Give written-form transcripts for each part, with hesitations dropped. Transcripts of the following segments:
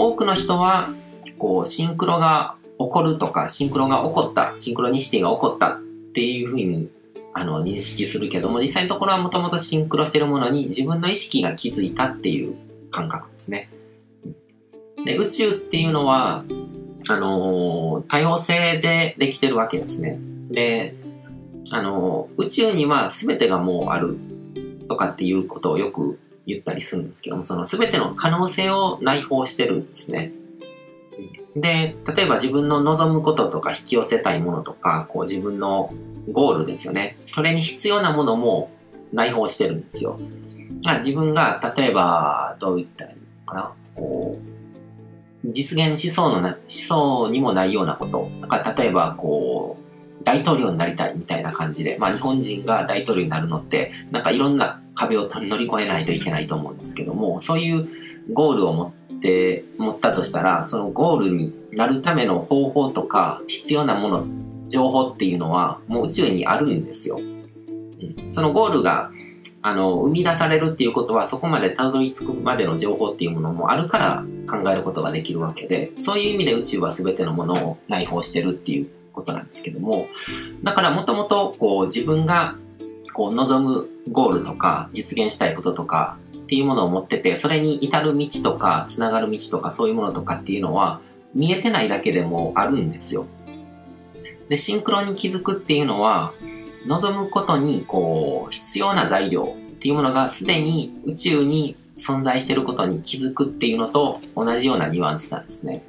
多くの人は、こう、シンクロが起こるとか、シンクロが起こった、シンクロニシティが起こったっていうふうに、認識するけども、実際のところはもともとシンクロしているものに自分の意識が気づいたっていう感覚ですね。で、宇宙っていうのは、多様性でできてるわけですね。で、宇宙には全てがもうあるとかっていうことをよく言ったりするんですけども、その全ての可能性を内包してるんですね。で、例えば自分の望むこととか引き寄せたいものとか、こう自分のゴールですよね。それに必要なものも内包してるんですよ。自分が、例えば、どう言ったらいいのかな。こう、実現しそうにもないようなこと。例えば、こう、大統領になりたいみたいな感じで、日本人が大統領になるのって、いろんな壁を乗り越えないといけないと思うんですけども、そういうゴールを持ったとしたら、そのゴールになるための方法とか、必要なもの、情報っていうのはもう宇宙にあるんですよ。そのゴールが生み出されるっていうことは、そこまでたどり着くまでの情報っていうものもあるから考えることができるわけで、そういう意味で宇宙は全てのものを内包してるっていうことなんですけども、だからもともとこう自分がこう望むゴールとか実現したいこととかっていうものを持ってて、それに至る道とかつながる道とかそういうものとかっていうのは見えてないだけでもあるんですよ。で、シンクロに気づくっていうのは、望むことにこう必要な材料っていうものがすでに宇宙に存在していることに気づくっていうのと同じようなニュアンスなんですね。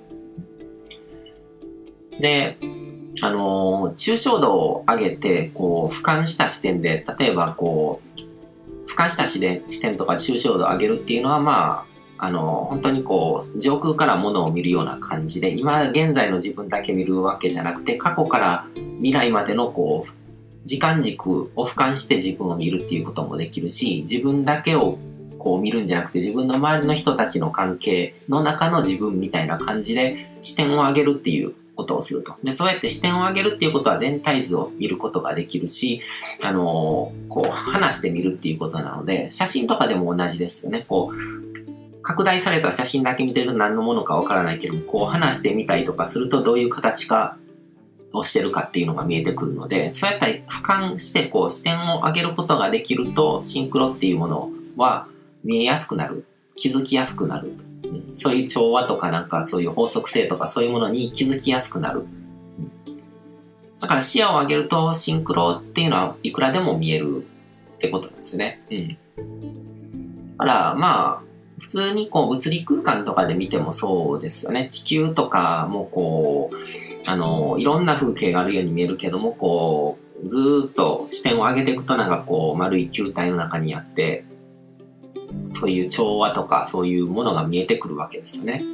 で、抽象度を上げてこう俯瞰した視点で、例えばこう俯瞰した視点とか抽象度を上げるっていうのは、本当にこう上空からものを見るような感じで、今現在の自分だけ見るわけじゃなくて、過去から未来までのこう時間軸を俯瞰して自分を見るっていうこともできるし、自分だけをこう見るんじゃなくて、自分の周りの人たちの関係の中の自分みたいな感じで視点を上げるっていうことをすると。で、そうやって視点を上げるっていうことは全体図を見ることができるし、こう話してみるっていうことなので、写真とかでも同じですよね。こう拡大された写真だけ見てると何のものかわからないけども、こう話してみたりとかするとどういう形かをしてるかっていうのが見えてくるので、そうやったり俯瞰してこう視点を上げることができると、シンクロっていうものは見えやすくなる、気づきやすくなる、そういう調和とかなんかそういう法則性とかそういうものに気づきやすくなる。だから視野を上げるとシンクロっていうのはいくらでも見えるってことなんですね。だから普通にこう物理空間とかで見てもそうですよね。地球とかもこういろんな風景があるように見えるけども、こうずーっと視点を上げていくとなんかこう丸い球体の中にあって、そういう調和とかそういうものが見えてくるわけですよね。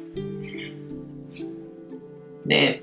で、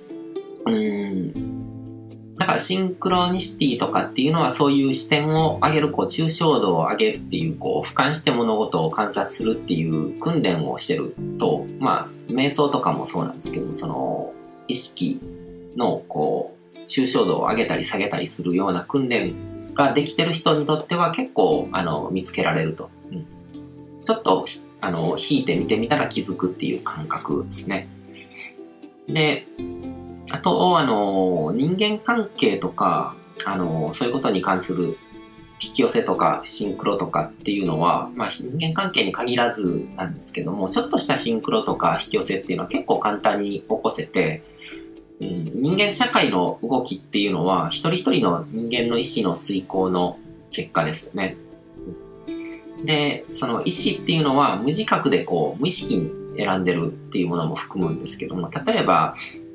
だからシンクロニシティとかっていうのはそういう視点を上げる、こう抽象度を上げるっていう、こう俯瞰して物事を観察するっていう訓練をしてると、瞑想とかもそうなんですけど、その意識のこう抽象度を上げたり下げたりするような訓練ができてる人にとっては結構見つけられると、ちょっと引いて見てみたら気づくっていう感覚ですね。で、あと人間関係とかそういうことに関する引き寄せとかシンクロとかっていうのは、人間関係に限らずなんですけども、ちょっとしたシンクロとか引き寄せっていうのは結構簡単に起こせて、人間社会の動きっていうのは一人一人の人間の意思の遂行の結果ですね。で、その意思っていうのは無自覚でこう無意識に選んでるっていうものも含むんですけども、例えば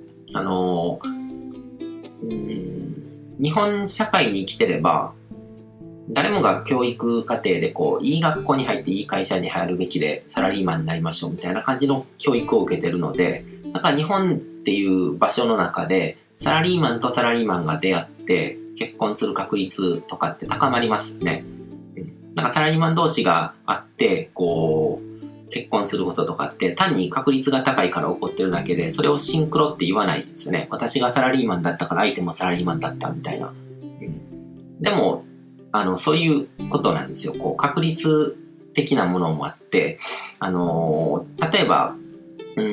日本社会に生きてれば誰もが教育課程でこういい学校に入っていい会社に入るべきでサラリーマンになりましょうみたいな感じの教育を受けてるので、だから日本っていう場所の中でサラリーマンとサラリーマンが出会って結婚する確率とかって高まりますよね。なんかサラリーマン同士が会ってこう結婚することとかって単に確率が高いから起こってるだけで、それをシンクロって言わないですよね。私がサラリーマンだったから相手もサラリーマンだったみたいな。でもそういうことなんですよ。こう確率的なものもあって、例えばうん、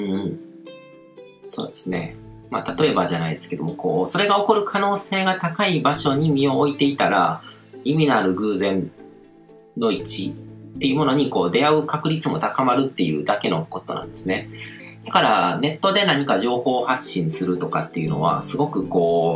そうですね。まあ、例えばじゃないですけども、それが起こる可能性が高い場所に身を置いていたら、意味のある偶然の一致っていうものに出会う確率も高まるっていうだけのことなんですね。だからネットで何か情報を発信するとかっていうのはすごく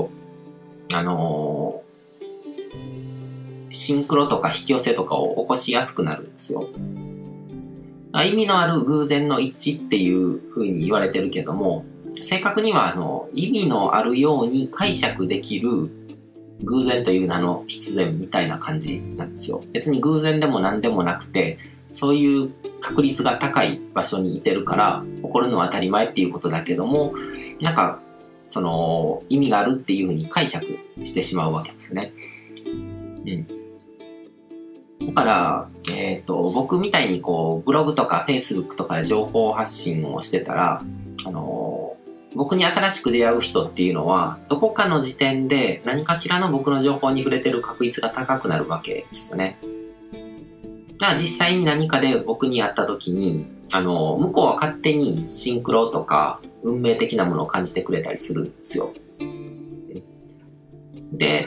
シンクロとか引き寄せとかを起こしやすくなるんですよ。意味のある偶然の一致っていう風に言われてるけども、正確には意味のあるように解釈できる偶然という名の必然みたいな感じなんですよ。別に偶然でも何でもなくて、そういう確率が高い場所にいてるから起こるのは当たり前っていうことだけども、なんかその意味があるっていうふうに解釈してしまうわけですね。だから、僕みたいにブログとか Facebook とかで情報発信をしてたら、僕に新しく出会う人っていうのは、どこかの時点で何かしらの僕の情報に触れてる確率が高くなるわけですよね。じゃあ実際に何かで僕に会った時に、向こうは勝手にシンクロとか運命的なものを感じてくれたりするんですよ。で、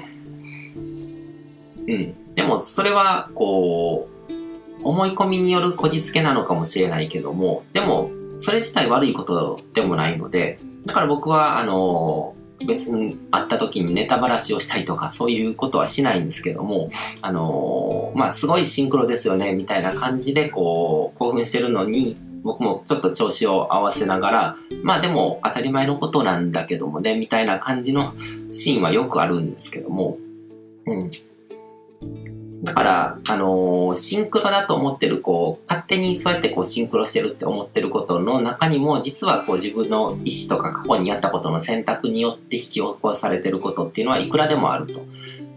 でもそれは思い込みによるこじつけなのかもしれないけども、でもそれ自体悪いことでもないので、だから僕は別に会った時にネタばらしをしたりとかそういうことはしないんですけども、まあすごいシンクロですよねみたいな感じで興奮してるのに、僕もちょっと調子を合わせながら、まあでも当たり前のことなんだけどもねみたいな感じのシーンはよくあるんですけども、だから、シンクロだと思ってる、勝手にそうやってシンクロしてるって思ってることの中にも、実は自分の意思とか過去にやったことの選択によって引き起こされてることっていうのはいくらでもあると。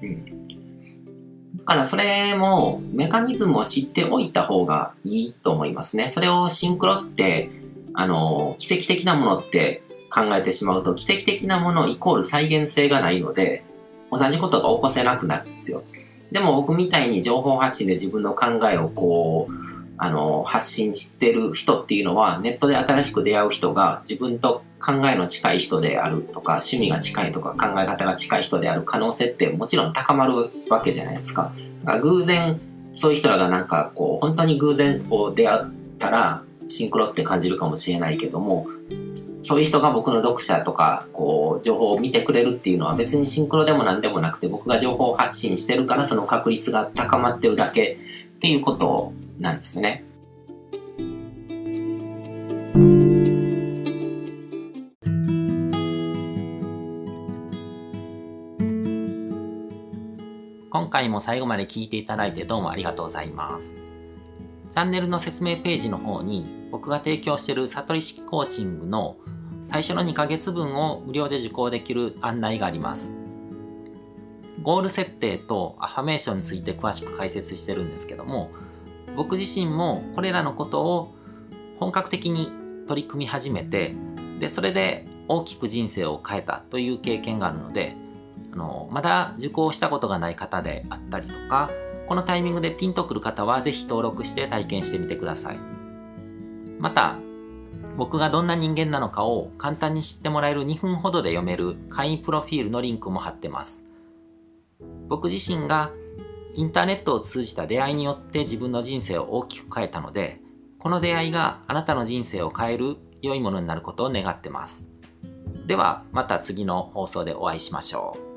だからそれも、メカニズムを知っておいた方がいいと思いますね。それをシンクロって、奇跡的なものって考えてしまうと、奇跡的なものイコール再現性がないので、同じことが起こせなくなるんですよ。でも僕みたいに情報発信で自分の考えを発信してる人っていうのは、ネットで新しく出会う人が自分と考えの近い人であるとか、趣味が近いとか考え方が近い人である可能性ってもちろん高まるわけじゃないですか。だから偶然そういう人らが本当に偶然出会ったらシンクロって感じるかもしれないけども、そういう人が僕の読者とか情報を見てくれるっていうのは別にシンクロでも何でもなくて、僕が情報を発信してるからその確率が高まってるだけっていうことなんですね。今回も最後まで聞いていただいてどうもありがとうございます。チャンネルの説明ページの方に僕が提供している悟り式コーチングの最初の2ヶ月分を無料で受講できる案内があります。ゴール設定とアファメーションについて詳しく解説してるんですけども、僕自身もこれらのことを本格的に取り組み始めて、でそれで大きく人生を変えたという経験があるので、まだ受講したことがない方であったりとか、このタイミングでピンとくる方はぜひ登録して体験してみてください。また、僕がどんな人間なのかを簡単に知ってもらえる2分ほどで読める会員プロフィールのリンクも貼ってます。僕自身がインターネットを通じた出会いによって自分の人生を大きく変えたので、この出会いがあなたの人生を変える良いものになることを願ってます。ではまた次の放送でお会いしましょう。